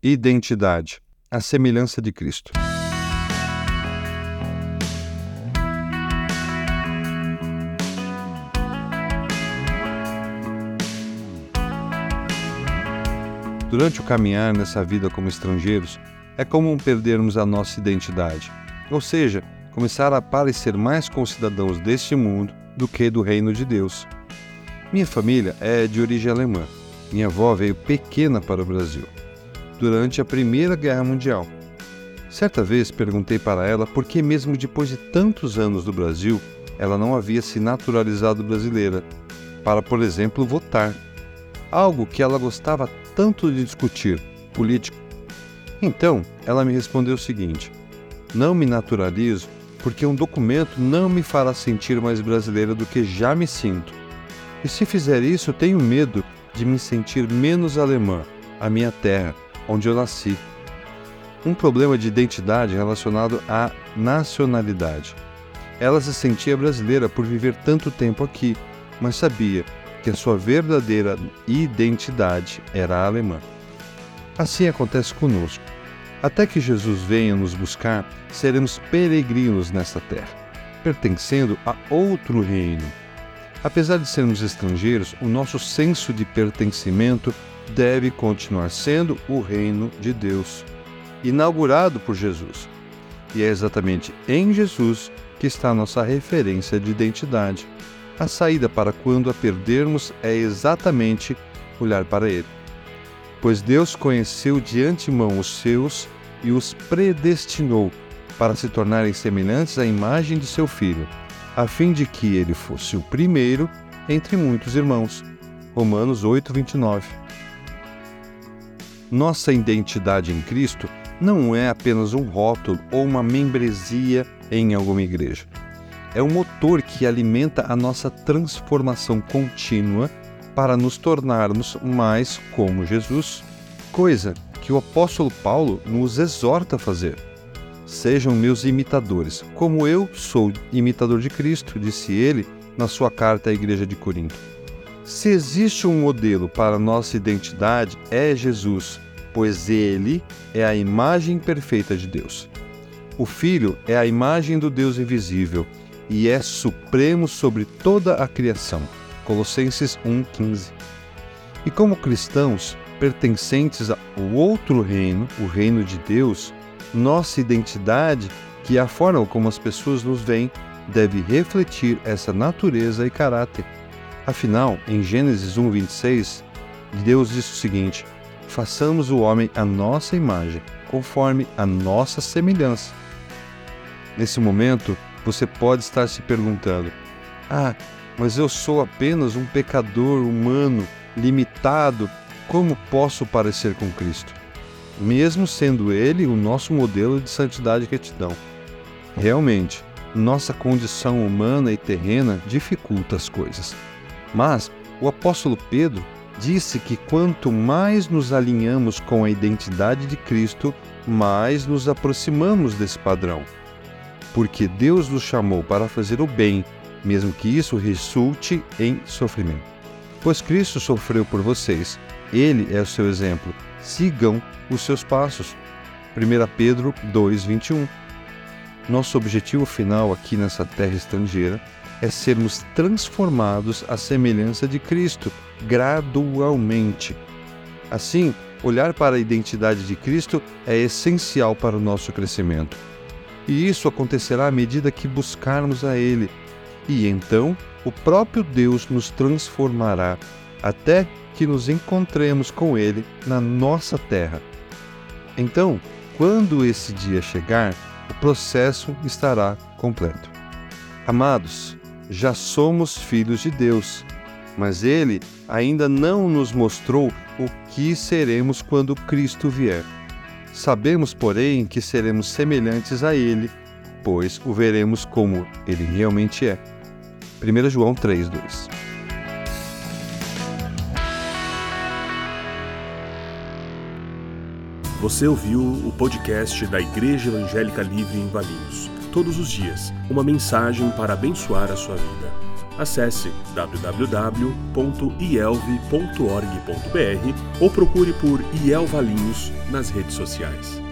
Identidade, a semelhança de Cristo. Durante o caminhar nessa vida como estrangeiros, é comum perdermos a nossa identidade, ou seja, começar a parecer mais com cidadãos deste mundo do que do reino de Deus. Minha família é de origem alemã. Minha avó veio pequena para o Brasil, durante a Primeira Guerra Mundial. Certa vez perguntei para ela por que mesmo depois de tantos anos do Brasil, ela não havia se naturalizado brasileira, para, por exemplo, votar. Algo que ela gostava tanto de discutir, política. Então, ela me respondeu o seguinte: não me naturalizo porque um documento não me fará sentir mais brasileira do que já me sinto. E se fizer isso, tenho medo de me sentir menos alemã, a minha terra, onde eu nasci. Um problema de identidade relacionado à nacionalidade. Ela se sentia brasileira por viver tanto tempo aqui, mas sabia que a sua verdadeira identidade era alemã. Assim acontece conosco. Até que Jesus venha nos buscar, seremos peregrinos nesta terra, pertencendo a outro reino. Apesar de sermos estrangeiros, o nosso senso de pertencimento deve continuar sendo o reino de Deus, inaugurado por Jesus. E é exatamente em Jesus que está a nossa referência de identidade. A saída para quando a perdermos é exatamente olhar para Ele. Pois Deus conheceu de antemão os seus e os predestinou para se tornarem semelhantes à imagem de seu Filho, a fim de que ele fosse o primeiro entre muitos irmãos. Romanos 8:29. Nossa identidade em Cristo não é apenas um rótulo ou uma membresia em alguma igreja. É um motor que alimenta a nossa transformação contínua para nos tornarmos mais como Jesus, coisa que o apóstolo Paulo nos exorta a fazer. Sejam meus imitadores, como eu sou imitador de Cristo, disse ele na sua carta à igreja de Corinto. Se existe um modelo para nossa identidade, é Jesus, pois ele é a imagem perfeita de Deus. O Filho é a imagem do Deus invisível e é supremo sobre toda a criação. Colossenses 1:15. E como cristãos, pertencentes ao outro reino, o reino de Deus, nossa identidade, que é a forma como as pessoas nos veem, deve refletir essa natureza e caráter. Afinal, em Gênesis 1:26, Deus diz o seguinte: façamos o homem à nossa imagem, conforme a nossa semelhança. Nesse momento, você pode estar se perguntando: mas eu sou apenas um pecador humano, limitado, como posso parecer com Cristo? Mesmo sendo Ele o nosso modelo de santidade e retidão. Realmente, nossa condição humana e terrena dificulta as coisas. Mas o apóstolo Pedro disse que quanto mais nos alinhamos com a identidade de Cristo, mais nos aproximamos desse padrão. Porque Deus nos chamou para fazer o bem, mesmo que isso resulte em sofrimento. Pois Cristo sofreu por vocês, Ele é o seu exemplo. Sigam os seus passos. 1 Pedro 2:21. Nosso objetivo final aqui nessa terra estrangeira é sermos transformados à semelhança de Cristo, gradualmente. Assim, olhar para a identidade de Cristo é essencial para o nosso crescimento. E isso acontecerá à medida que buscarmos a Ele. E então, o próprio Deus nos transformará, até que nos encontremos com Ele na nossa terra. Então, quando esse dia chegar, o processo estará completo. Amados, já somos filhos de Deus, mas Ele ainda não nos mostrou o que seremos quando Cristo vier. Sabemos, porém, que seremos semelhantes a Ele, pois o veremos como Ele realmente é. 1 João 3:2. Você ouviu o podcast da Igreja Evangélica Livre em Valinhos. Todos os dias, uma mensagem para abençoar a sua vida. Acesse www.ielve.org.br ou procure por IEL Valinhos nas redes sociais.